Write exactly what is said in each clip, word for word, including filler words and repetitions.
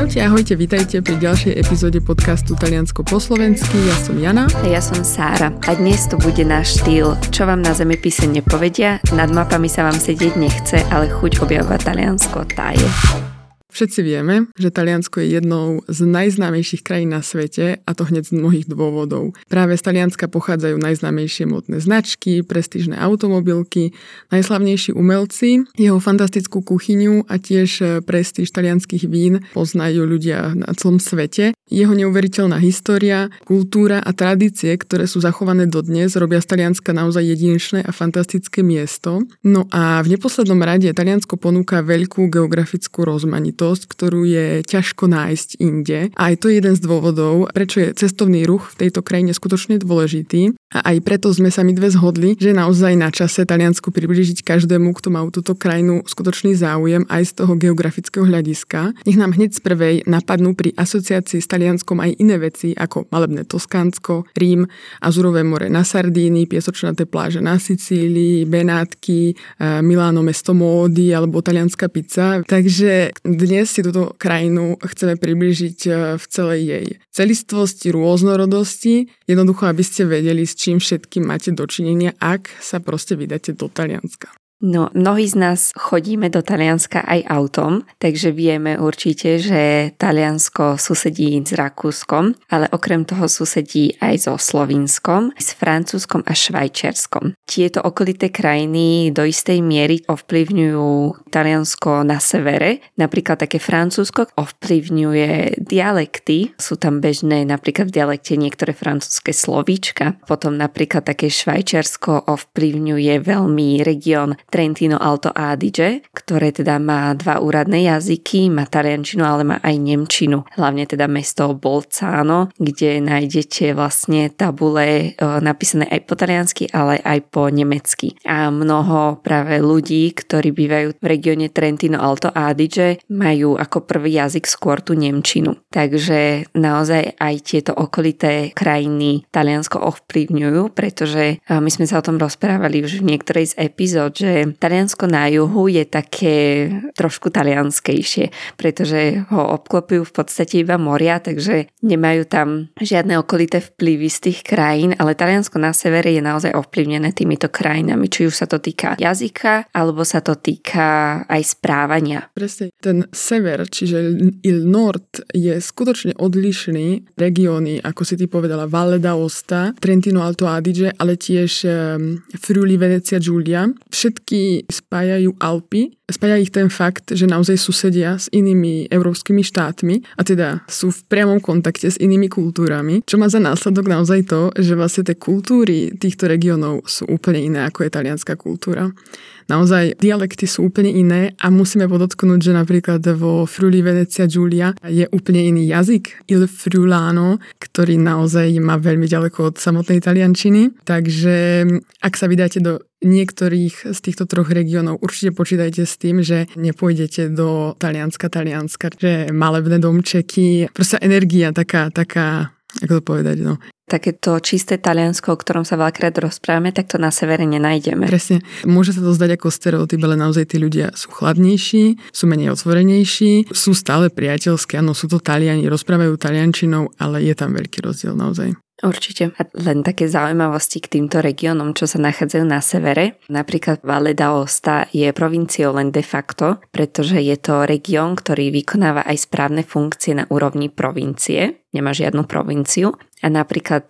Čaute, ahojte, vítajte pri ďalšej epizóde podcastu Taliansko po slovensky. Ja som Jana. A ja som Sára. A dnes to bude náš štýl, čo vám na zemepise nepovedia, nad mapami sa vám sedieť nechce, ale chuť objavovať Taliansko tá je. Všetci vieme, že Taliansko je jednou z najznámejších krajín na svete, a to hneď z mnohých dôvodov. Práve z Talianska pochádzajú najznámejšie módne značky, prestížne automobilky, najslavnejší umelci, jeho fantastickú kuchyňu a tiež prestíž talianskych vín poznajú ľudia na celom svete. Jeho neuveriteľná história, kultúra a tradície, ktoré sú zachované dodnes, robia z Talianska naozaj jedinečné a fantastické miesto. No a v neposlednom rade Taliansko ponúka veľkú geografickú rozmanitosť, ktorú je ťažko nájsť inde. A aj to je jeden z dôvodov, prečo je cestovný ruch v tejto krajine skutočne dôležitý. A aj preto sme sa my dve zhodli, že naozaj na čase Taliansku priblížiť každému, kto má o túto krajinu skutočný záujem aj z toho geografického hľadiska. Nech nám hneď z prvej napadnú pri asociácii s Talianskom aj iné veci, ako malebné Toskánsko, Rím, Azurové more na Sardínii, piesočnaté pláže na Sicílii, Benátky, Miláno mesto módy alebo talianská pizza. Takže dnes si túto krajinu chceme priblížiť v celej jej celistvosti, rôznorodosti, jednoducho, aby ste vedeli, s čím všetkým máte dočinenia, ak sa proste vydáte do Talianska. No, mnohí z nás chodíme do Talianska aj autom, takže vieme určite, že Taliansko susedí s Rakúskom, ale okrem toho susedí aj so Slovinskom, s Francúzskom a Švajčiarskom. Tieto okolité krajiny do istej miery ovplyvňujú Taliansko na severe, napríklad také Francúzsko ovplyvňuje dialekty, sú tam bežné napríklad v dialekte niektoré francúzske slovíčka, potom napríklad také Švajčiarsko ovplyvňuje veľmi región Trentino Alto Adige, ktoré teda má dva úradné jazyky, má taliančinu, ale má aj nemčinu. Hlavne teda mesto Bolzano, kde nájdete vlastne tabule e, napísané aj po taliansky, ale aj po nemecky. A mnoho práve ľudí, ktorí bývajú v regióne Trentino Alto Adige, majú ako prvý jazyk skôr tú nemčinu. Takže naozaj aj tieto okolité krajiny Taliansko ovplyvňujú, pretože e, my sme sa o tom rozprávali už v niektorej z epizód, že Taliansko na juhu je také trošku talianskejšie, pretože ho obklopujú v podstate iba moria, takže nemajú tam žiadne okolité vplyvy z tých krajín, ale Taliansko na severe je naozaj ovplyvnené týmito krajinami, či už sa to týka jazyka, alebo sa to týka aj správania. Presne, ten sever, čiže il nord je skutočne odlišný. Regióny, ako si ty povedala, Valle d'Aosta, Trentino Alto Adige, ale tiež Friuli Venezia Giulia. Všetky spájajú Alpy, spája ich ten fakt, že naozaj susedia s inými európskymi štátmi a teda sú v priamom kontakte s inými kultúrami, čo má za následok naozaj to, že vlastne tie kultúry týchto regiónov sú úplne iné, ako je talianská kultúra. Naozaj dialekty sú úplne iné a musíme podotknúť, že napríklad vo Friuli Venezia Giulia je úplne iný jazyk, il friulano, ktorý naozaj má veľmi ďaleko od samotnej taliančiny. Takže ak sa vydáte do niektorých z týchto troch regiónov, určite počítajte s tým, že nepôjdete do Talianska, Talianska, že malebné domčeky, proste energia taká, taká, ako to povedať, no. Takéto čisté Taliansko, o ktorom sa veľakrát rozprávame, tak to na severe nenájdeme. Presne. Môže sa to zdať ako stereotyp, ale naozaj tí ľudia sú chladnejší, sú menej otvorenejší, sú stále priateľskí, áno, sú to Taliani, rozprávajú taliančinou, ale je tam veľký rozdiel naozaj. Určite. A len také zaujímavosti k týmto regiónom, čo sa nachádzajú na severe. Napríklad Valle d'Aosta je provinciou len de facto, pretože je to región, ktorý vykonáva aj správne funkcie na úrovni provincie. Nemá žiadnu provinciu. A napríklad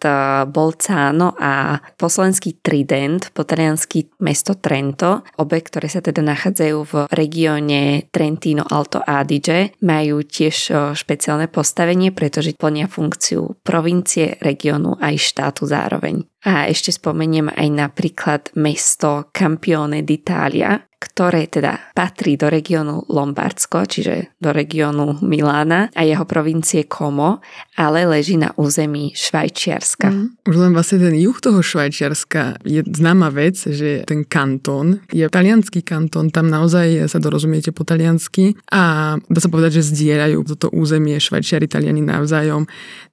Bolzano a po slovenský Trident, po taliansky mesto Trento, obe, ktoré sa teda nachádzajú v regióne Trentino Alto Adige, majú tiež špeciálne postavenie, pretože plnia funkciu provincie, regiónu aj štátu zároveň. A ešte spomeniem aj napríklad mesto Campione d'Italia, ktoré teda patrí do regiónu Lombardsko, čiže do regiónu Milána a jeho provincie Como, ale leží na území Švajčiarska. Mm. Už len vlastne ten juh toho Švajčiarska je známa vec, že ten kantón je taliansky kantón, tam naozaj sa dorozumiete po taliansky a dá sa povedať, že zdieľajú toto územie Švajčiari, Taliani navzájom.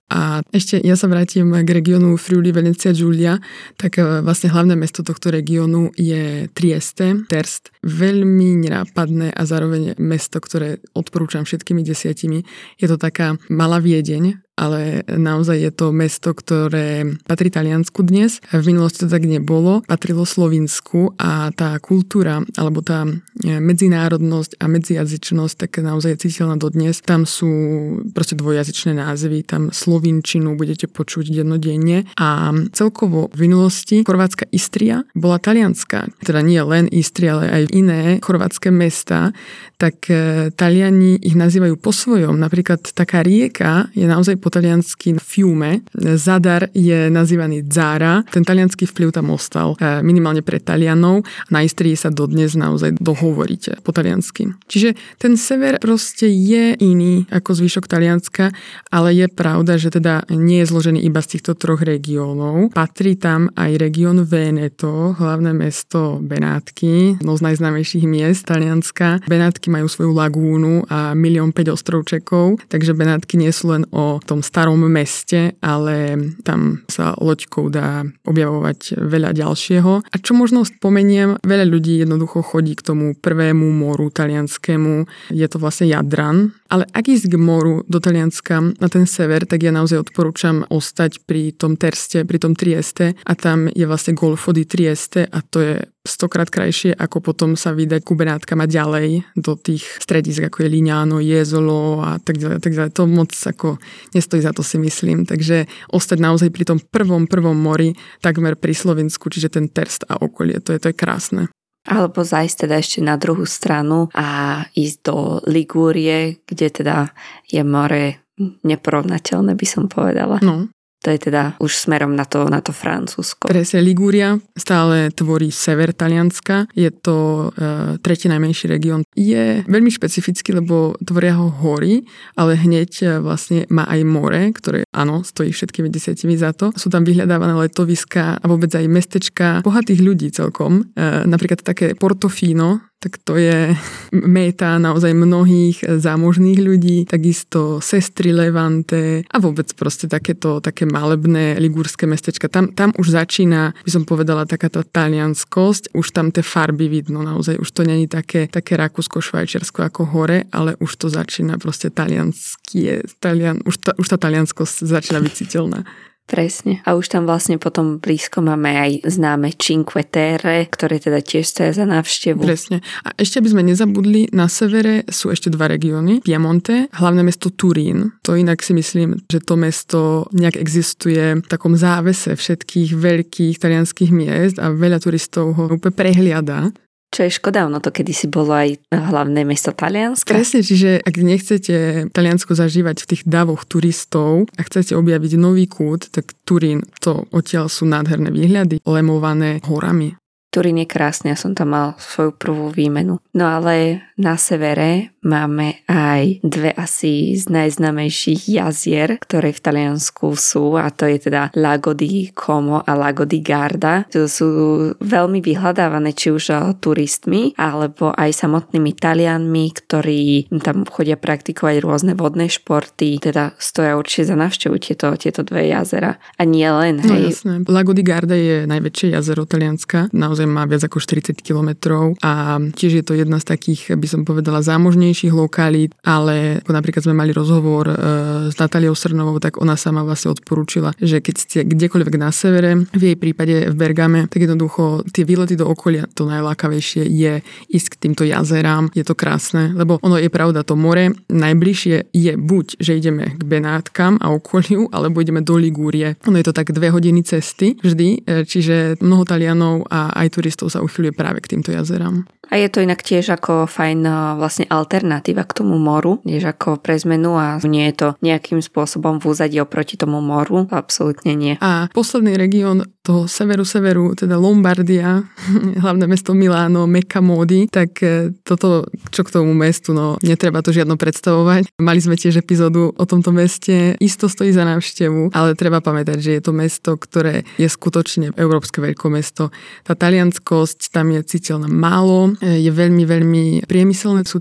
A ešte ja sa vrátim k regiónu Friuli Venezia Giulia, tak vlastne hlavné mesto tohto regiónu je Trieste, Terst. Veľmi nenápadné a zároveň mesto, ktoré odporúčam všetkými desiatimi. Je to taká malá Viedeň, ale naozaj je to mesto, ktoré patrí Taliansku dnes. V minulosti to tak nebolo, patrilo Slovinsku a tá kultúra, alebo tá medzinárodnosť a medzijazyčnosť tak naozaj je citeľná dodnes. Tam sú proste dvojjazyčné názvy, tam slovinčinu budete počuť dennodenne a celkovo v minulosti chorvátska Istria bola talianská. Teda nie len Istria, ale aj iné chorvátske mesta, tak Taliani ich nazývajú po svojom. Napríklad taká rieka je naozaj po taliansky Fiume. Zadar je nazývaný Zara. Ten talianský vplyv tam ostal minimálne pre Talianov. Na Istrii sa dodnes naozaj dohovoríte po taliansky. Čiže ten sever proste je iný ako zvyšok Talianska, ale je pravda, že teda nie je zložený iba z týchto troch regiónov. Patrí tam aj región Veneto, hlavné mesto Benátky, jedno z najznámejších miest Talianska. Benátky majú svoju lagúnu a milión päť ostrovčekov, takže Benátky nie sú len o tom starom meste, ale tam sa loďkou dá objavovať veľa ďalšieho. A čo možno spomeniem, veľa ľudí jednoducho chodí k tomu prvému moru talianskému. Je to vlastne Jadran. Ale ak ísť k moru do Talianska na ten sever, tak ja naozaj odporúčam ostať pri tom Terste, pri tom Trieste a tam je vlastne Golfo di Trieste a to je stokrát krajšie, ako potom sa vydať ku Benátkam a ďalej do tých stredísk, ako je Lignano, Jesolo a tak ďalej, tak ďalej. To moc ako nestojí za to, si myslím. Takže ostať naozaj pri tom prvom, prvom mori, takmer pri Slovensku, čiže ten Terst a okolie, to je, to je krásne. Alebo zájsť teda ešte na druhú stranu a ísť do Ligúrie, kde teda je more neporovnateľné, by som povedala. No. To je teda už smerom na to, na to Francúzsko. Presne, Ligúria stále tvorí sever Talianska. Je to e, tretí najmenší región. Je veľmi špecifický, lebo tvoria ho hory, ale hneď e, vlastne má aj more, ktoré áno, stojí všetkými desiatimi za to. Sú tam vyhľadávané letoviská a vôbec aj mestečka bohatých ľudí celkom. E, napríklad také Portofino, tak to je méta naozaj mnohých zámožných ľudí, takisto Sestri Levante a vôbec proste takéto také malebné ligúrske mestečka. Tam, tam už začína, by som povedala, taká tá talianskosť, už tam tie farby vidno naozaj, už to není také, také Rakúsko-Švajčiarsko ako hore, ale už to začína proste talianskie, talian, už, tá, už tá talianskosť začína byť citeľná. Presne. A už tam vlastne potom blízko máme aj známe Cinque Terre, ktoré teda tiež stoja za návštevu. Presne. A ešte aby sme nezabudli, na severe sú ešte dva regióny. Piemonte, hlavné mesto Turín. To inak si myslím, že to mesto nejak existuje v takom závese všetkých veľkých talianských miest a veľa turistov ho úplne prehliada. Čo je škoda, ono to kedysi bolo aj hlavné mesto Talianska. Presne, čiže ak nechcete Taliansko zažívať v tých davoch turistov a chcete objaviť nový kút, tak Turín, to odtiaľ sú nádherné výhľady, lemované horami. Turín je krásny, ja som tam mal svoju prvú výmenu. No ale na severe máme aj dve asi z najznámejších jazier, ktoré v Taliansku sú, a to je teda Lago di Como a Lago di Garda. To sú veľmi vyhľadávané či už turistmi, alebo aj samotnými Talianmi, ktorí tam chodia praktikovať rôzne vodné športy, teda stoja určite za návštevu tieto, tieto dve jazera. A nie len, hej. No, Lago di Garda je najväčšie jazero Talianska, naozaj má viac ako štyridsať kilometrov a tiež je to jedna z takých, by som povedala, zámožnejších lokalít, ale ako napríklad sme mali rozhovor e, s Natáliou Srnovou, tak ona sama vlastne odporúčila, že keď ste kdekoľvek na severe, v jej prípade v Bergame, tak jednoducho tie výlety do okolia, to najlákavejšie je ísť k týmto jazerám, je to krásne, lebo ono je pravda, to more najbližšie je buď, že ideme k Benátkam a okoliu, alebo ideme do Ligúrie. Ono je to tak dve hodiny cesty vždy, čiže mnoho Talianov a aj turistov sa uchyľuje práve k týmto jazerám. A je to inak tiež ako fajn vlastne alternatíva k tomu moru, tiež ako pre zmenu a nie je to nejakým spôsobom v úzadí oproti tomu moru, absolútne nie. A posledný región toho severu severu, teda Lombardia, hlavné mesto Miláno, Mekka módy, tak toto, čo k tomu mestu, no netreba to žiadno predstavovať. Mali sme tiež epizódu o tomto meste, isto stojí za návštevu, ale treba pamätať, že je to mesto, ktoré je skutočne európske veľkomesto. Tá talianskosť tam je citeľná málo, je veľmi, veľmi priemyselné, sú tam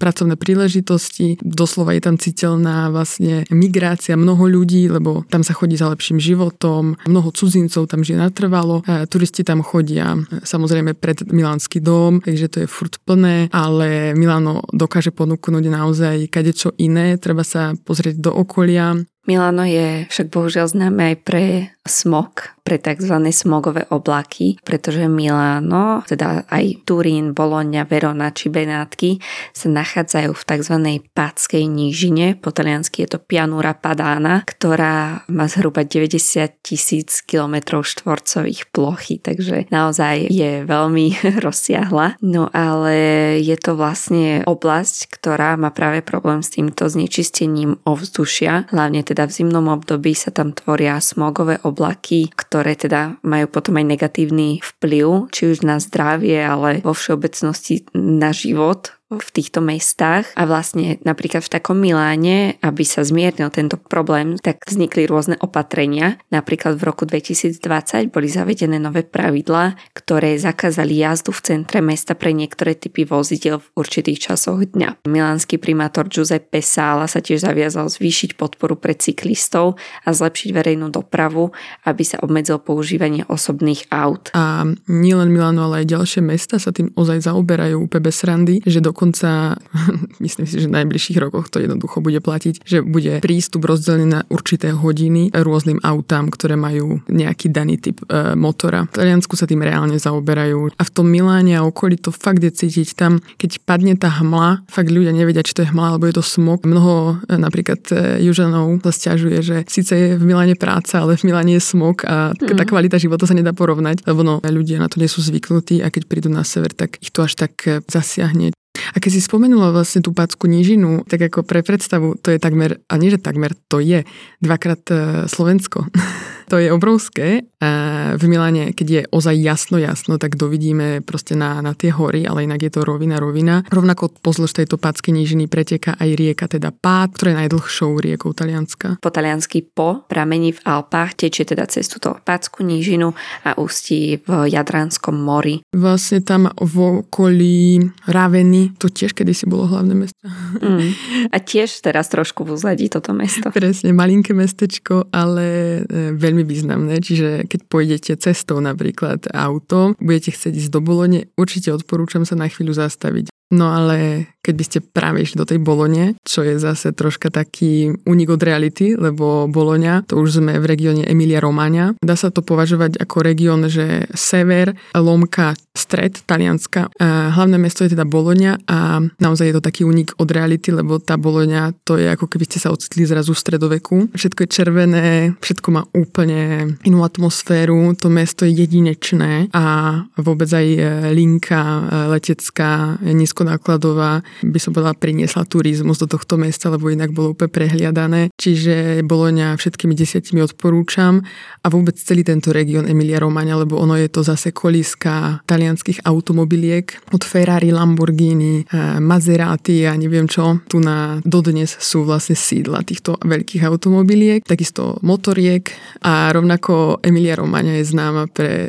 pracovné príležitosti, doslova je tam citeľná vlastne migrácia mnoho ľudí, lebo tam sa chodí za lepším životom, mnoho cudzincov tam žije natrvalo, turisti tam chodia samozrejme pred Milánsky dom, takže to je furt plné, ale Milano dokáže ponúknuť naozaj kadečo iné, treba sa pozrieť do okolia. Milano je však bohužiaľ známe aj pre smog, pre tzv. Smogové oblaky, pretože Milano, teda aj Turín, Bologna, Verona či Benátky sa nachádzajú v tzv. Pádskej nížine, po taliansky je to Pianura Padana, ktorá má zhruba deväťdesiat tisíc kilometrov štvorcových plochy, takže naozaj je veľmi rozsiahla. No ale je to vlastne oblasť, ktorá má práve problém s týmto znečistením ovzdušia, hlavne teda v zimnom období sa tam tvoria smogové oblaky, ktoré teda majú potom aj negatívny vplyv, či už na zdravie, ale vo všeobecnosti na život v týchto mestách. A vlastne napríklad v takom Miláne, aby sa zmiernil tento problém, tak vznikli rôzne opatrenia. Napríklad v roku dvetisícdvadsať boli zavedené nové pravidlá, ktoré zakázali jazdu v centre mesta pre niektoré typy vozidiel v určitých časoch dňa. Milánsky primátor Giuseppe Sala sa tiež zaviazal zvýšiť podporu pre cyklistov a zlepšiť verejnú dopravu, aby sa obmedzilo používanie osobných aut. A nielen Milano, ale aj ďalšie mesta sa tým ozaj zaoberajú úplne bez srandy, že do Dokonca, myslím si, že v najbližších rokoch to jednoducho bude platiť, že bude prístup rozdelený na určité hodiny rôznym autám, ktoré majú nejaký daný typ e, motora. V Taliansku sa tým reálne zaoberajú. A v tom Miláne a okolí to fakt je cítiť. Tam, keď padne tá hmla, fakt ľudia nevedia, či to je hmla, alebo je to smog. Mnoho e, napríklad e, Južanov sa sťažuje, že síce je v Miláne práca, ale v Miláne je smog a mm. tá kvalita života sa nedá porovnať, lebo no, ľudia na to nie sú zvyknutí a keď prídu na sever, tak ich to až tak e, zasiahne. A keď si spomenula vlastne tú Pádskú nížinu, tak ako pre predstavu, to je takmer, a nie že takmer, to je dvakrát Slovensko. To je obrovské. A v Miláne, keď je ozaj jasno, jasno, tak dovidíme proste na, na tie hory, ale inak je to rovina, rovina. Rovnako pozdĺž tejto Pádskej nížiny preteká aj rieka, teda Pád, ktorá je najdlhšou riekou Talianska. Po taliansky Po pramení v Alpách, tečie teda cez túto Pádskú nížinu a ústí v Jadranskom mori. Vlastne tam v okolí Raveny, to tiež kedysi bolo hlavné mesto. Mm. A tiež teraz trošku v úzadí toto mesto. Presne, malinké mestečko, ale veľmi významné, čiže keď pôjdete cestou napríklad autom, budete chcieť ísť do Bolone, určite odporúčam sa na chvíľu zastaviť. No ale keď by ste práve išli do tej Bolone, čo je zase troška taký únik od reality, lebo Bologna, to už sme v regióne Emilia-Romagna. Dá sa to považovať ako región, že sever, lomka, stred Talianska. A hlavné mesto je teda Bologna a naozaj je to taký únik od reality, lebo tá Bologna, to je ako keby ste sa ocitli zrazu v stredoveku. Všetko je červené, všetko má úplne inú atmosféru, to mesto je jedinečné a vôbec aj linka letecká, nízkonákladová, by som povedala, priniesla turizmus do tohto mesta, lebo inak bolo úplne prehliadané. Čiže Bologna všetkými desiatimi odporúčam a vôbec celý tento región Emilia-Romagna, lebo ono je to zase kolíska talianských automobiliek od Ferrari, Lamborghini, Maserati a neviem čo. Tu na dodnes sú vlastne sídla týchto veľkých automobiliek, takisto motoriek a rovnako Emilia-Romagna je známa pre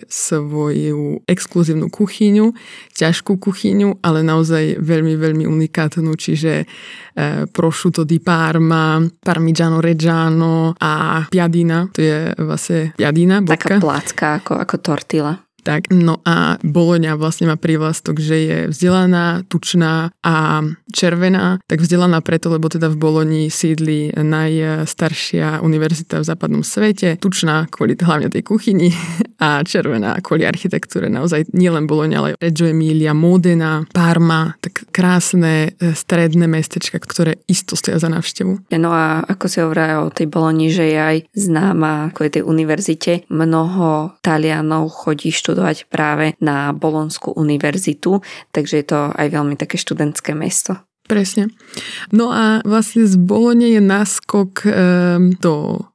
svoju exkluzívnu kuchyňu, ťažkú kuchyňu, ale naozaj veľmi, veľmi unikátnu, čiže eh, prosciutto di Parma, parmigiano reggiano a piadina, to je vlastne piadina, bodka. Taká plácka ako, ako tortilla. Tak, no a Bologna vlastne má prívlastok, že je vzdelaná, tučná a červená. Tak vzdelaná preto, lebo teda v Bologni sídli najstaršia univerzita v západnom svete. Tučná kvôli hlavne tej kuchyni a červená kvôli architektúre. Naozaj nielen Bologna, ale Reggio Emilia, Modena, Parma, tak krásne stredné mestečka, ktoré isto stoja za návštevu. No a ako si hovorila o tej Bologni, že je aj známa ako je tej univerzite, mnoho Talianov chodí študovať práve na Bolonskú univerzitu, takže je to aj veľmi také študentské mesto. Presne. No a vlastne z Bolone je náskok e, do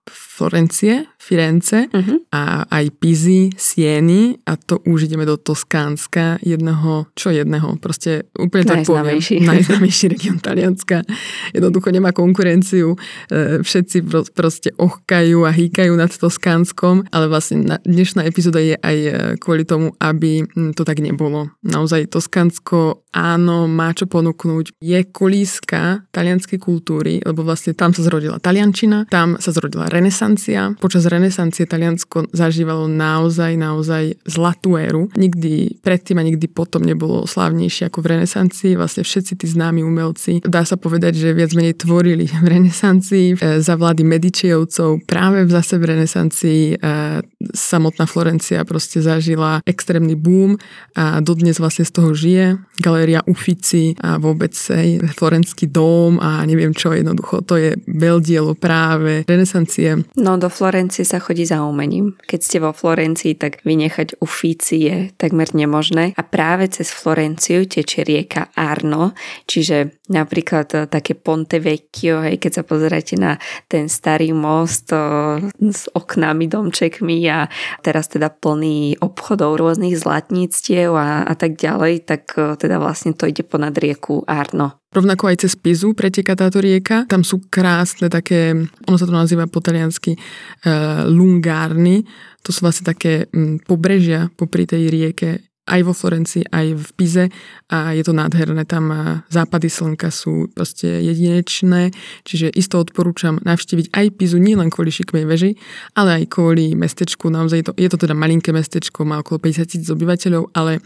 Florencie, Firenze uh-huh. a aj Pizy, Sieny a to už ideme do Toskánska, jedného, čo jedného, proste úplne tak poviem, najznámejší región Talianska. Jednoducho nemá konkurenciu, všetci proste ochkajú a hýkajú nad Toskánskom, ale vlastne dnešná epizóda je aj kvôli tomu, aby to tak nebolo. Naozaj Toskánsko áno, má čo ponúknuť. Je kolíska talianskej kultúry, lebo vlastne tam sa zrodila taliančina, tam sa zrodila renesancia. Počas renesancie Taliansko zažívalo naozaj, naozaj zlatú éru. Nikdy predtým a nikdy potom nebolo slávnejšie ako v renesancii. Vlastne všetci tí známi umelci, dá sa povedať, že viac menej tvorili v renesancii za vlády Medičejovcov. Práve zase v renesancii samotná Florencia proste zažila extrémny boom a dodnes vlastne z toho žije. Galéria Uffizi a vôbec aj Florenský dóm a neviem čo, jednoducho to je veľdielo práve renesancie. No do Florencie sa chodí za umením. Keď ste vo Florencii, tak vynechať Uffizi je takmer nemožné a práve cez Florenciu tečie rieka Arno, čiže napríklad také Ponte Vecchio, hej, keď sa pozeráte na ten starý most o, s oknami, domčekmi a teraz teda plný obchodov rôznych zlatníctiev a, a tak ďalej, tak teda vlastne to ide ponad rieku Arno. Rovnako aj cez Pizu preteká táto rieka. Tam sú krásne také, ono sa to nazýva po taliansky uh, lungárny. To sú vlastne také um, pobrežia popri tej rieke aj vo Florencii, aj v Pize a je to nádherné. Tam západy slnka sú proste jedinečné, čiže isto odporúčam navštíviť aj Pizu, nie len kvôli šikmej veži, ale aj kvôli mestečku. Naozaj je to, je to teda malinké mestečko, má okolo päťdesiat tisíc obyvateľov, ale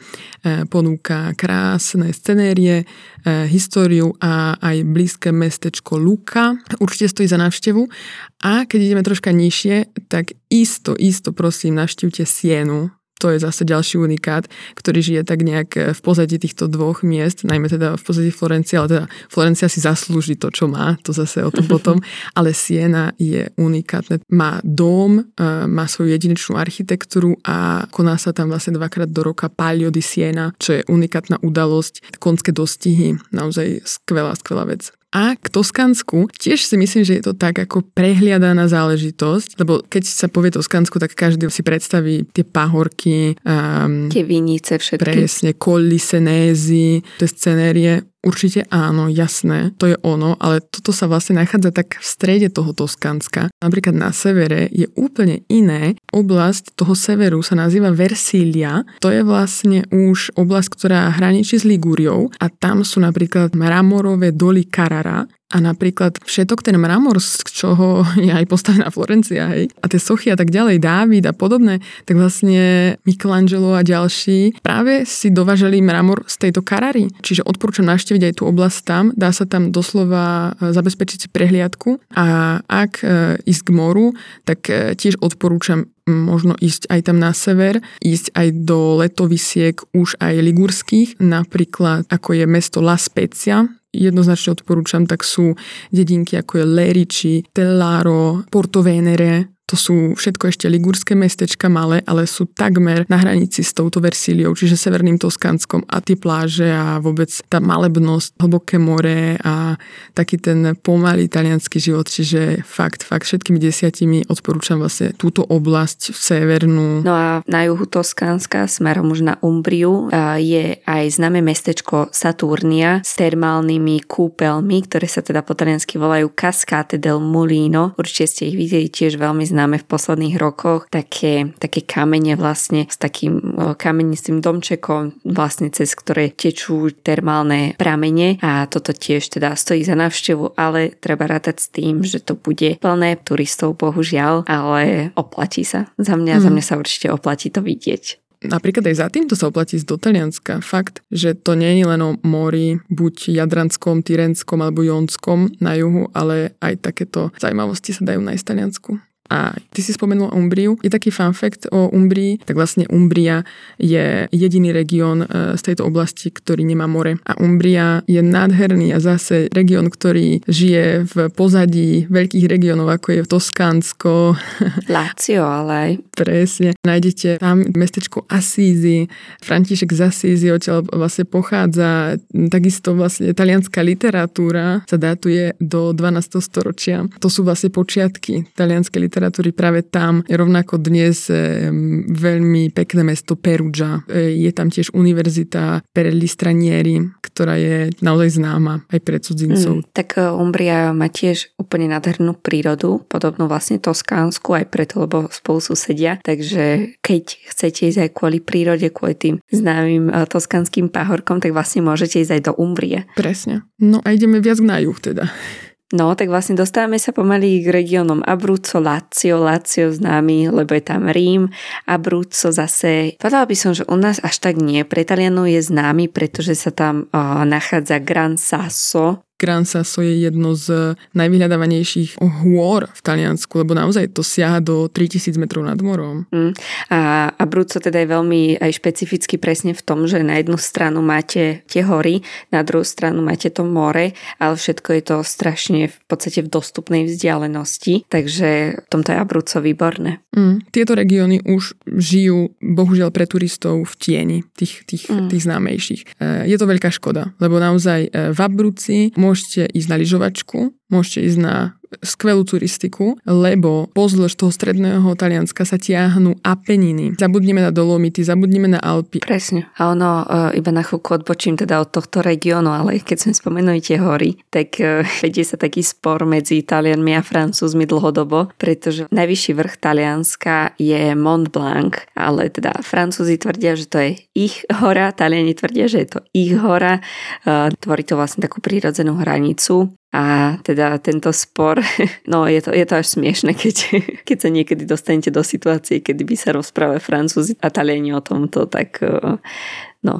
ponúka krásne scenérie, históriu a aj blízke mestečko Lucca. Určite stojí za návštevu. A keď ideme troška nižšie, tak isto, isto prosím, navštívte Sienu. To je zase ďalší unikát, ktorý žije tak nejak v pozadí týchto dvoch miest, najmä teda v pozadí Florencie, ale teda Florencia si zaslúži to, čo má, to zase o tom potom, ale Siena je unikátne. Má dóm, má svoju jedinečnú architektúru a koná sa tam vlastne dvakrát do roka Palio di Siena, čo je unikátna udalosť, konské dostihy, naozaj skvelá, skvelá vec. A k Toskánsku tiež si myslím, že je to tak ako prehliadaná záležitosť, lebo keď sa povie Toskánsku, tak každý si predstaví tie pahorky, um, tie vinice všetky. Presne, Colli Senesi, tie scenérie. Určite áno, jasné, to je ono, ale toto sa vlastne nachádza tak v strede toho Toskánska. Napríklad na severe je úplne iné. Oblasť toho severu sa nazýva Versilia. To je vlastne už oblasť, ktorá hraničí s Ligúriou a tam sú napríklad mramorové doly Carrara. A napríklad všetok ten mramor, z čoho je aj postavená Florencia, hej, a tie sochy a tak ďalej, Dávid a podobné, tak vlastne Michelangelo a ďalší práve si dovážali mramor z tejto Carrary. Čiže odporúčam navštíviť aj tú oblasť tam, dá sa tam doslova zabezpečiť si prehliadku a ak ísť k moru, tak tiež odporúčam možno ísť aj tam na sever, ísť aj do letovisiek už aj ligurských, napríklad ako je mesto La Spezia, jednoznačne odporúčam, tak sú dedinky ako je Lerici, Tellaro, Porto Venere. To sú všetko ešte ligurské mestečka malé, ale sú takmer na hranici s touto Versíliou, čiže severným Toskánskom a tie pláže a vôbec tá malebnosť, hlboké more a taký ten pomalý taliansky život, čiže fakt, fakt všetkými desiatimi odporúčam vlastne túto oblasť severnú. No a na juhu Toskánska, smerom už na Umbriu, je aj známe mestečko Saturnia s termálnymi kúpeľmi, ktoré sa teda po taliansky volajú Cascate del Mulino. Určite ste ich videli, tiež veľmi známe v posledných rokoch, také, také kamene vlastne s takým kamenistým domčekom vlastne cez ktoré tečú termálne pramene a toto tiež teda stojí za návštevu, ale treba rátať s tým, že to bude plné turistov bohužiaľ, ale oplatí sa. Za mňa, mm. za mňa sa určite oplatí to vidieť. Napríklad aj za týmto sa oplatí ísť do Talianska. Fakt, že to nie je len o mori, buď Jadranskom, Tyrenskom alebo Jónskom na juhu, ale aj takéto zaujímavosti sa dajú nájsť v Taliansku. A ty si spomenul Umbriu. Je taký fun fact o Umbrii, tak vlastne Umbria je jediný región z tejto oblasti, ktorý nemá more. A Umbria je nádherný a zase región, ktorý žije v pozadí veľkých regiónov, ako je Toskánsko. Lazio, ale aj. Presne. Nájdete tam mestečko Assisi. František z Assisi odtiaľ vlastne pochádza. Takisto vlastne talianská literatúra sa datuje do dvanásteho storočia. To sú vlastne počiatky talianskej literatúry práve tam. Rovnako dnes veľmi pekné mesto Perugia. Je tam tiež univerzita per gli stranieri, ktorá je naozaj známa aj pre cudzincov. Mm, tak Umbria má tiež úplne nádhernú prírodu, podobnú vlastne Toskánsku, aj preto, lebo spolu susedia. Takže keď chcete ísť aj kvôli prírode, kvôli tým známym toskánskym pahorkom, tak vlastne môžete ísť aj do Umbrie. Presne. No a ideme viac na juh teda. No, tak vlastne dostávame sa pomaly k regiónom Abruzzo, Lazio, Lazio známy, lebo je tam Rím, Abruzzo zase, povedala by som, že u nás až tak nie, pre Talianov je známy, pretože sa tam uh, nachádza Gran Sasso. Gran Sasso je jedno z najvyhľadávanejších hôr v Taliansku, lebo naozaj to siaha do tritisíc metrov nad morom. Mm. A Abruzzo teda je veľmi aj špecificky presne v tom, že na jednu stranu máte tie hory, na druhú stranu máte to more, ale všetko je to strašne v podstate v dostupnej vzdialenosti, takže v tomto je Abruzzo výborné. Mm. Tieto regióny už žijú bohužiaľ pre turistov v tieni tých, tých, mm. tých známejších. Je to veľká škoda, lebo naozaj v Abruzzi môžete ísť na lyžovačku, môžete ísť na skvelú turistiku, lebo pozdĺž toho stredného Talianska sa tiahnu Apeniny. Zabudneme na Dolomity, zabudneme na Alpy. Presne. A ono, uh, iba na chvíľku odbočím teda od tohto regiónu, ale keď sme spomenuli tie hory, tak uh, vedie sa taký spor medzi Talianmi a Francúzmi dlhodobo, pretože najvyšší vrch Talianska je Mont Blanc, ale teda Francúzi tvrdia, že to je ich hora, Taliani tvrdia, že je to ich hora. Uh, tvorí to vlastne takú prírodzenú hranicu. A teda tento spor, no je to, je to až smiešne, keď, keď sa niekedy dostanete do situácie, kedy by sa rozprávali Francúzi a Taliani o tomto, tak no.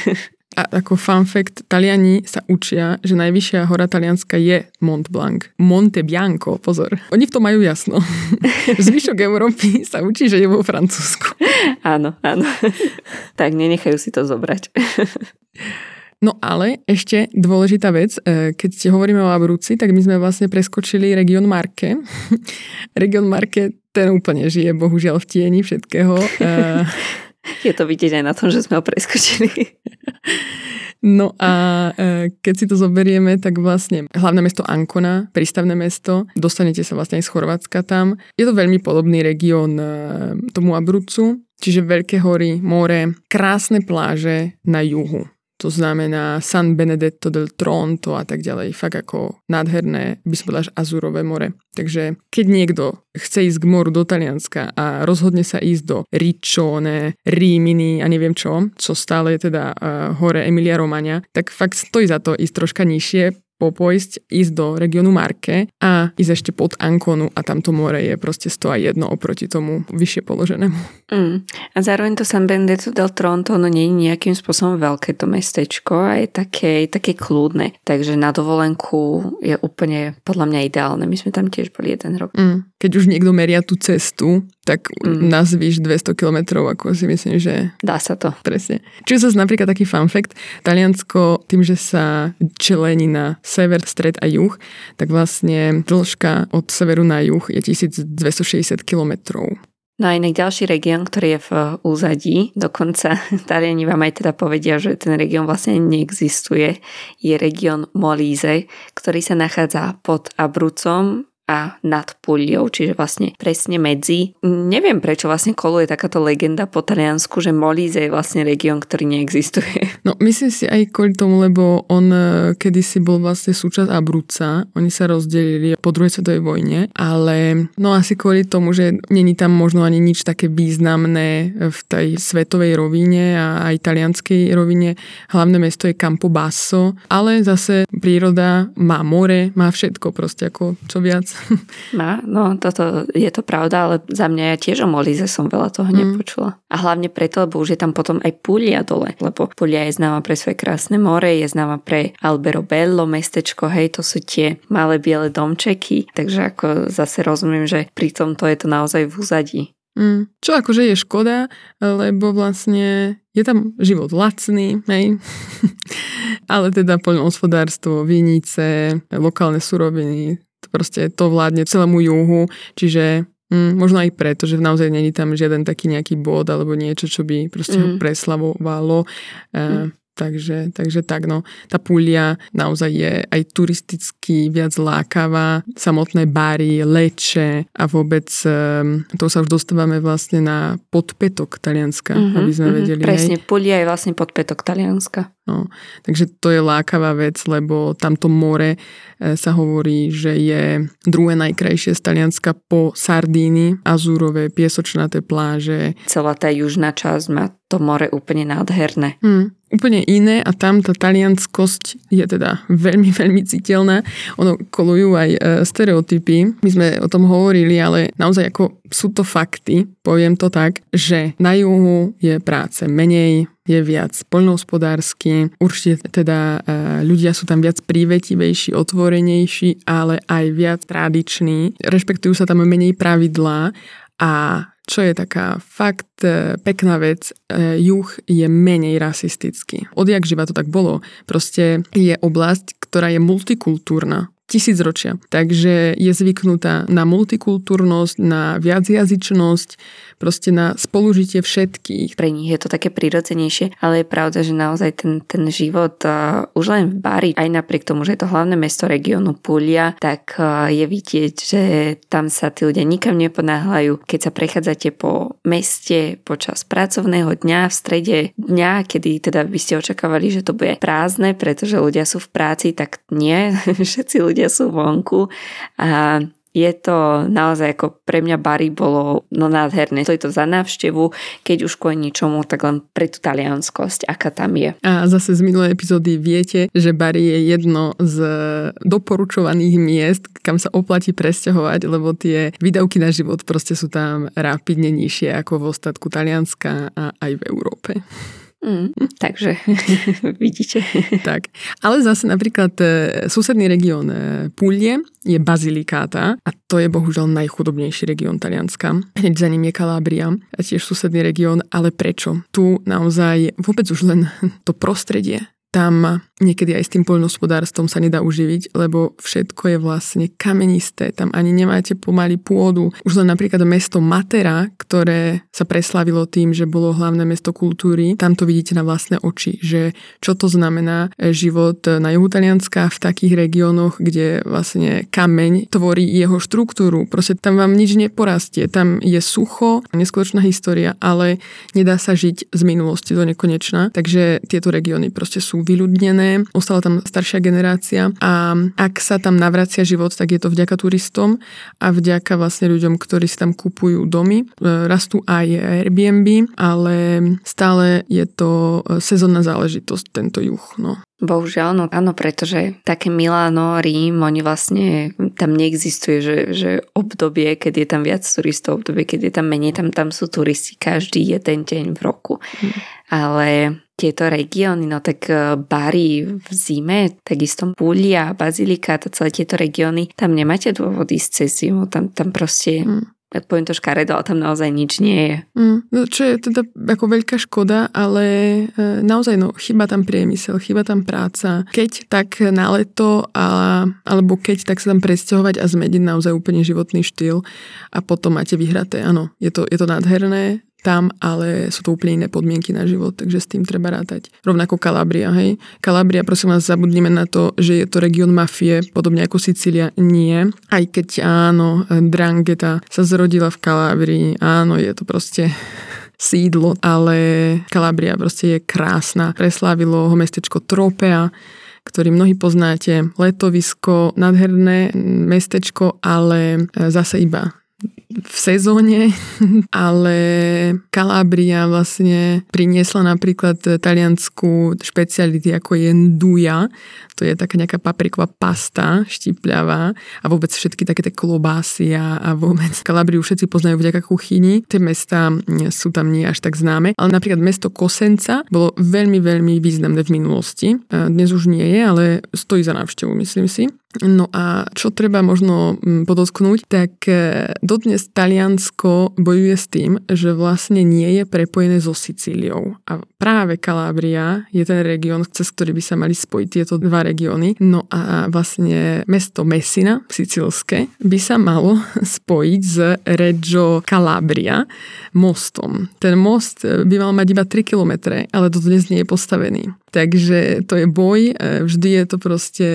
A ako fun fact, Taliani sa učia, že najvyššia hora Talianska je Mont Blanc. Monte Bianco, pozor. Oni v tom majú jasno. Zvyšok Európy sa učí, že je vo Francúzsku. Áno, áno. Tak nenechajú si to zobrať. No ale ešte dôležitá vec, keď hovoríme o Abruzzi, tak my sme vlastne preskočili región Marke. Región Marke, ten úplne žije bohužiaľ v tieni všetkého. Je to vidieť aj na tom, že sme ho preskočili. No a keď si to zoberieme, tak vlastne hlavné mesto Ancona, prístavné mesto, dostanete sa vlastne aj z Chorvátska tam. Je to veľmi podobný región tomu Abruzzu, čiže veľké hory, more, krásne pláže na juhu. To znamená San Benedetto del Tronto a tak ďalej. Fakt ako nádherné, by som povedala, azurové more. Takže keď niekto chce ísť k moru do Talianska a rozhodne sa ísť do Riccione, Rímini a neviem čo, čo stále je teda uh, hore Emilia Romagna, tak fakt stojí za to ísť troška nižšie, popojsť, ísť do regiónu Marke a ísť ešte pod Anconu a tamto more je proste sto a jedno oproti tomu vyššie položenému. Mm. A zároveň to San Benedetto del Tronto, no nie je nejakým spôsobom veľké to mestečko a je také, také kľudné. Takže na dovolenku je úplne podľa mňa ideálne. My sme tam tiež boli jeden rok. Mm. Keď už niekto meria tú cestu, tak mm. nazvíš dvesto kilometrov, ako si myslím, že... Dá sa to. Presne. Čiže zase napríklad taký fun fact, Taliansko tým, že sa člení na sever, stred a juh, tak vlastne dĺžka od severu na juh je tisícdvestošesťdesiat kilometrov. No a inak ďalší región, ktorý je v úzadí, dokonca Taliani vám aj teda povedia, že ten región vlastne neexistuje, je región Molise, ktorý sa nachádza pod Abruzzom a nad Puliou, čiže vlastne presne medzi. Neviem, prečo vlastne koluje takáto legenda po Taliansku, že Molise je vlastne región, ktorý neexistuje. No myslím si aj kvôli tomu, lebo on kedysi bol vlastne súčasť Abruzza, oni sa rozdelili po druhej svetovej vojne, ale no asi kvôli tomu, že není tam možno ani nič také významné v tej svetovej rovine a aj talianskej rovine. Hlavné mesto je Campobasso, ale zase príroda má more, má všetko proste ako čo viac. Má, no toto je to pravda, ale za mňa ja tiež o Molíze som veľa toho mm. nepočula. A hlavne preto, lebo už je tam potom aj Puglia dole, lebo Puglia je známa pre svoje krásne more, je známa pre Alberobello, mestečko, hej, to sú tie malé biele domčeky, takže ako zase rozumiem, že pri tomto je to naozaj v úzadí. Mm. Čo akože je škoda, lebo vlastne je tam život lacný, hej. Ale teda poľnohospodárstvo, vinice, lokálne suroviny, to proste to vládne celému juhu, čiže mm, možno aj preto, že naozaj není tam žiaden taký nejaký bod alebo niečo, čo by proste mm. ho preslavovalo. Mm. Takže, takže tak, no. Tá Puglia naozaj je aj turisticky viac lákavá. Samotné Bari, Lecce a vôbec um, to sa už dostávame vlastne na podpätok Talianska, mm-hmm, aby sme mm-hmm, vedeli. Presne, Puglia je vlastne podpätok Talianska. No, takže to je lákavá vec, lebo tamto more e, sa hovorí, že je druhé najkrajšie z Talianska po Sardíni, azúrové, piesočnaté pláže. Celá tá južná časť má to more úplne nádherné. Hmm, úplne iné a tam tá talianskosť je teda veľmi, veľmi citeľná. Ono kolujú aj e, stereotypy. My sme o tom hovorili, ale naozaj ako sú to fakty, poviem to tak, že na juhu je práce menej, je viac poľnohospodársky, určite teda e, ľudia sú tam viac prívetivejší, otvorenejší, ale aj viac tradiční. Rešpektujú sa tam menej pravidlá a čo je taká fakt e, pekná vec, e, juh je menej rasistický. Odjak živa to tak bolo. Proste je oblasť, ktorá je multikultúrna. Tisícročia. Takže je zvyknutá na multikultúrnosť, na viacjazyčnosť, proste na spolužitie všetkých. Pre nich je to také prirodzenejšie, ale je pravda, že naozaj ten, ten život uh, už len v Bari, aj napriek tomu, že je to hlavné mesto regiónu Puglia, tak uh, je vidieť, že tam sa tí ľudia nikam neponáhľajú. Keď sa prechádzate po meste počas pracovného dňa, v strede dňa, kedy teda by ste očakávali, že to bude prázdne, pretože ľudia sú v práci, tak nie, všetci ľudia ľudia sú vonku a je to naozaj ako pre mňa Bari bolo no nádherné. To je to za návštevu, keď už kvôli ničomu, tak len pre tú talianskosť, aká tam je. A zase z minulej epizódy viete, že Bari je jedno z doporučovaných miest, kam sa oplatí presťahovať, lebo tie výdavky na život proste sú tam rapidne nižšie ako v ostatku Talianska a aj v Európe. Mm, takže vidíte. Tak, ale zase napríklad e, susedný región e, Puglie je Basilicata a to je bohužiaľ najchudobnejší región Talianska. Hneď za ním je Calabria, tiež susedný región, ale prečo? Tu naozaj vôbec už len to prostredie. Tam niekedy aj s tým poľnohospodárstvom sa nedá uživiť, lebo všetko je vlastne kamenisté, tam ani nemáte pomaly pôdu. Už len napríklad mesto Matera, ktoré sa preslavilo tým, že bolo hlavné mesto kultúry, tam to vidíte na vlastné oči, že čo to znamená život na juhu Talianska v takých regiónoch, kde vlastne kameň tvorí jeho štruktúru. Proste tam vám nič neporastie, tam je sucho, neskutočná história, ale nedá sa žiť z minulosti do nekonečna, takže tieto regióny proste sú vyľudnené, ostala tam staršia generácia a ak sa tam navracia život, tak je to vďaka turistom a vďaka vlastne ľuďom, ktorí si tam kupujú domy. Rastú aj Airbnb, ale stále je to sezónna záležitosť, tento juh. No. Bohužiaľ, no áno, pretože také Miláno, Rím, oni vlastne, tam neexistuje, že, že obdobie, keď je tam viac turistov, obdobie, keď je tam menej, tam, tam sú turisti každý jeden deň v roku. Hmm. Ale tieto regióny, no tak Bari v zime, takisto Puglia, Basilicata, celé tieto regióny, tam nemáte dôvod ísť cez zimu, tam, tam proste... Hmm. poviem to škaredo, ale tam naozaj nič nie je. Mm, no čo je teda ako veľká škoda, ale e, naozaj no, chýba tam priemysel, chýba tam práca. Keď tak na leto, a, alebo keď tak sa tam presťahovať a zmeniť naozaj úplne životný štýl a potom máte vyhraté. Áno, je to, je to nádherné tam, ale sú to úplne iné podmienky na život, takže s tým treba rátať. Rovnako Calabria, hej. Calabria, prosím vás, zabudnime na to, že je to región mafie, podobne ako Sicília. Nie. Aj keď áno, Drangheta sa zrodila v Calabrii, áno, je to proste sídlo, ale Calabria proste je krásna. Preslávilo ho mestečko Tropea, ktorý mnohí poznáte. Letovisko, nádherné mestečko, ale zase iba v sezóne, ale Kalábria vlastne priniesla napríklad taliansku špeciality ako je nduja, to je taká nejaká papriková pasta štipľavá a vôbec všetky také tie klobásy a, a vôbec Kalábriu všetci poznajú vďaka kuchyni. Tie mestá sú tam nie až tak známe, ale napríklad mesto Cosenza bolo veľmi, veľmi významné v minulosti. Dnes už nie je, ale stojí za návštevu, myslím si. No a čo treba možno podotknúť, tak dodnes Taliansko bojuje s tým, že vlastne nie je prepojené so Sicíliou. A práve Kalábria je ten región, cez ktorý by sa mali spojiť tieto dva regióny. No a vlastne mesto Messina, sicílske, by sa malo spojiť s Reggio Calabria mostom. Ten most by mal mať iba tri kilometre, ale dodnes nie je postavený. Takže to je boj, vždy je to proste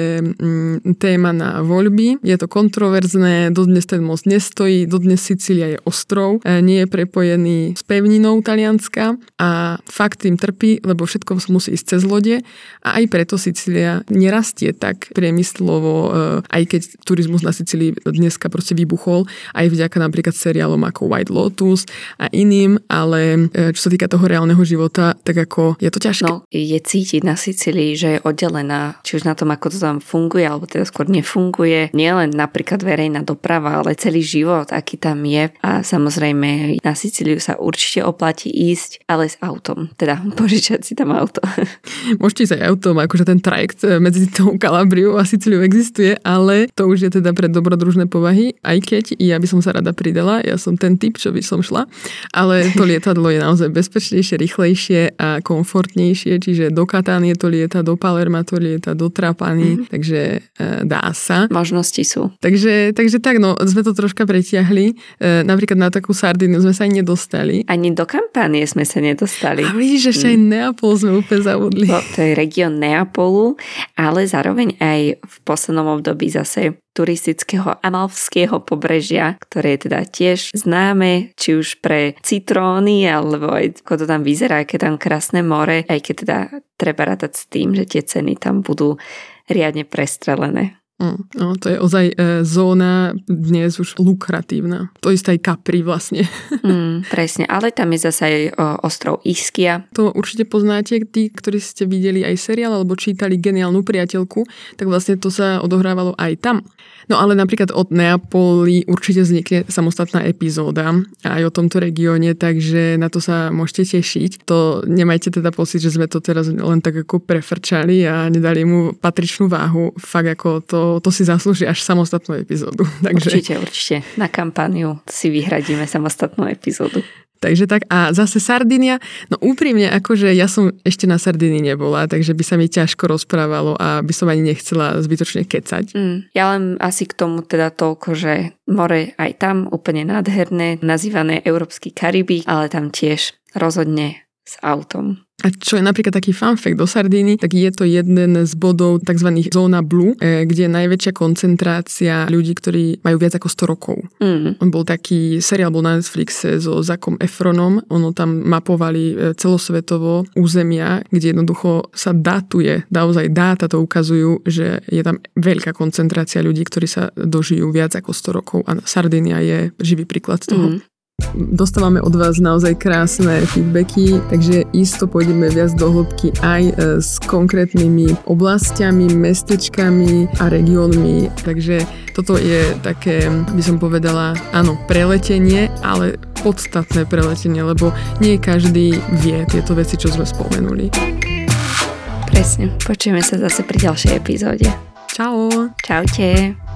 téma na voľby, je to kontroverzné, dodnes ten most nestojí, dodnes Sicília je ostrov, nie je prepojený s pevninou Talianska a fakt tým trpí, lebo všetko musí ísť cez lode a aj preto Sicília nerastie tak priemyslovo, aj keď turizmus na Sicílii dneska proste vybuchol, aj vďaka napríklad seriálom ako White Lotus a iným, ale čo sa týka toho reálneho života, tak ako je to ťažké. No, je cítiť na Sicílii, že je oddelená, či už na tom, ako to tam funguje, alebo teda skôr nefunguje. Nielen napríklad verejná doprava, ale celý život, aký tam je. A samozrejme, na Sicíliu sa určite oplatí ísť, ale s autom. Teda požičať si tam auto. Môžete ísť aj autom, akože ten trajekt medzi tou Kalábriou a Sicíliou existuje, ale to už je teda pre dobrodružné povahy, aj keď ja by som sa rada pridala, ja som ten typ, čo by som šla, ale to lietadlo je naozaj bezpečnejšie, rýchlejšie a komfortnejšie, čiže do Katánie to lieta, do Palerma to lieta, do Trapani, mm-hmm. takže e, dá sa. Možnosti sú. Takže, takže tak, no, sme to troška pretiahli. E, napríklad na takú Sardíniu sme sa ani nedostali. Ani do Kampánie sme sa nedostali. A vidíš, ešte mm. aj Neapol sme úplne zavodli. To, to je región Neapolu, ale zároveň aj v poslednom období zase turistického amalfského pobrežia, ktoré je teda tiež známe, či už pre citróny, alebo aj ako to tam vyzerá, aké tam krásne more, aj keď teda treba rátať s tým, že tie ceny tam budú riadne prestrelené. Mm, no, to je ozaj e, zóna dnes už lukratívna. To isté aj Capri vlastne. Mm, presne, ale tam je zase aj o, ostrov Ischia. To určite poznáte, tí, ktorí ste videli aj seriál alebo čítali Geniálnu priateľku, tak vlastne to sa odohrávalo aj tam. No ale napríklad od Neapoli určite vznikne samostatná epizóda aj o tomto regióne, takže na to sa môžete tešiť. To nemajte teda pocit, že sme to teraz len tak ako prefrčali a nedali mu patričnú váhu. Fakt ako to, to si zaslúži až samostatnú epizódu. Takže... Určite, určite. Na kampániu si vyhradíme samostatnú epizódu. Takže tak a zase Sardínia, no úprimne akože ja som ešte na Sardínii nebola, takže by sa mi ťažko rozprávalo a by som ani nechcela zbytočne kecať. Mm, ja len asi k tomu teda toľko, že more aj tam úplne nádherné, nazývané Európsky Karibík, ale tam tiež rozhodne s autom. A čo je napríklad taký fun fact do Sardíny, tak je to jeden z bodov tzv. Zóna Blue, kde je najväčšia koncentrácia ľudí, ktorí majú viac ako sto rokov. Mm. On bol taký, seriál bol na Netflixe so Zacom Efronom, ono tam mapovali celosvetovo územia, kde jednoducho sa datuje, naozaj dáta to ukazujú, že je tam veľká koncentrácia ľudí, ktorí sa dožijú viac ako sto rokov a Sardínia je živý príklad toho. Mm. Dostávame od vás naozaj krásne feedbacky, takže isto pôjdeme viac do hĺbky aj s konkrétnymi oblastiami, mestečkami a regiónmi. Takže toto je také, by som povedala, áno, preletenie, ale podstatné preletenie, lebo nie každý vie tieto veci, čo sme spomenuli. Presne, počujeme sa zase pri ďalšej epizóde. Čau. Čaute.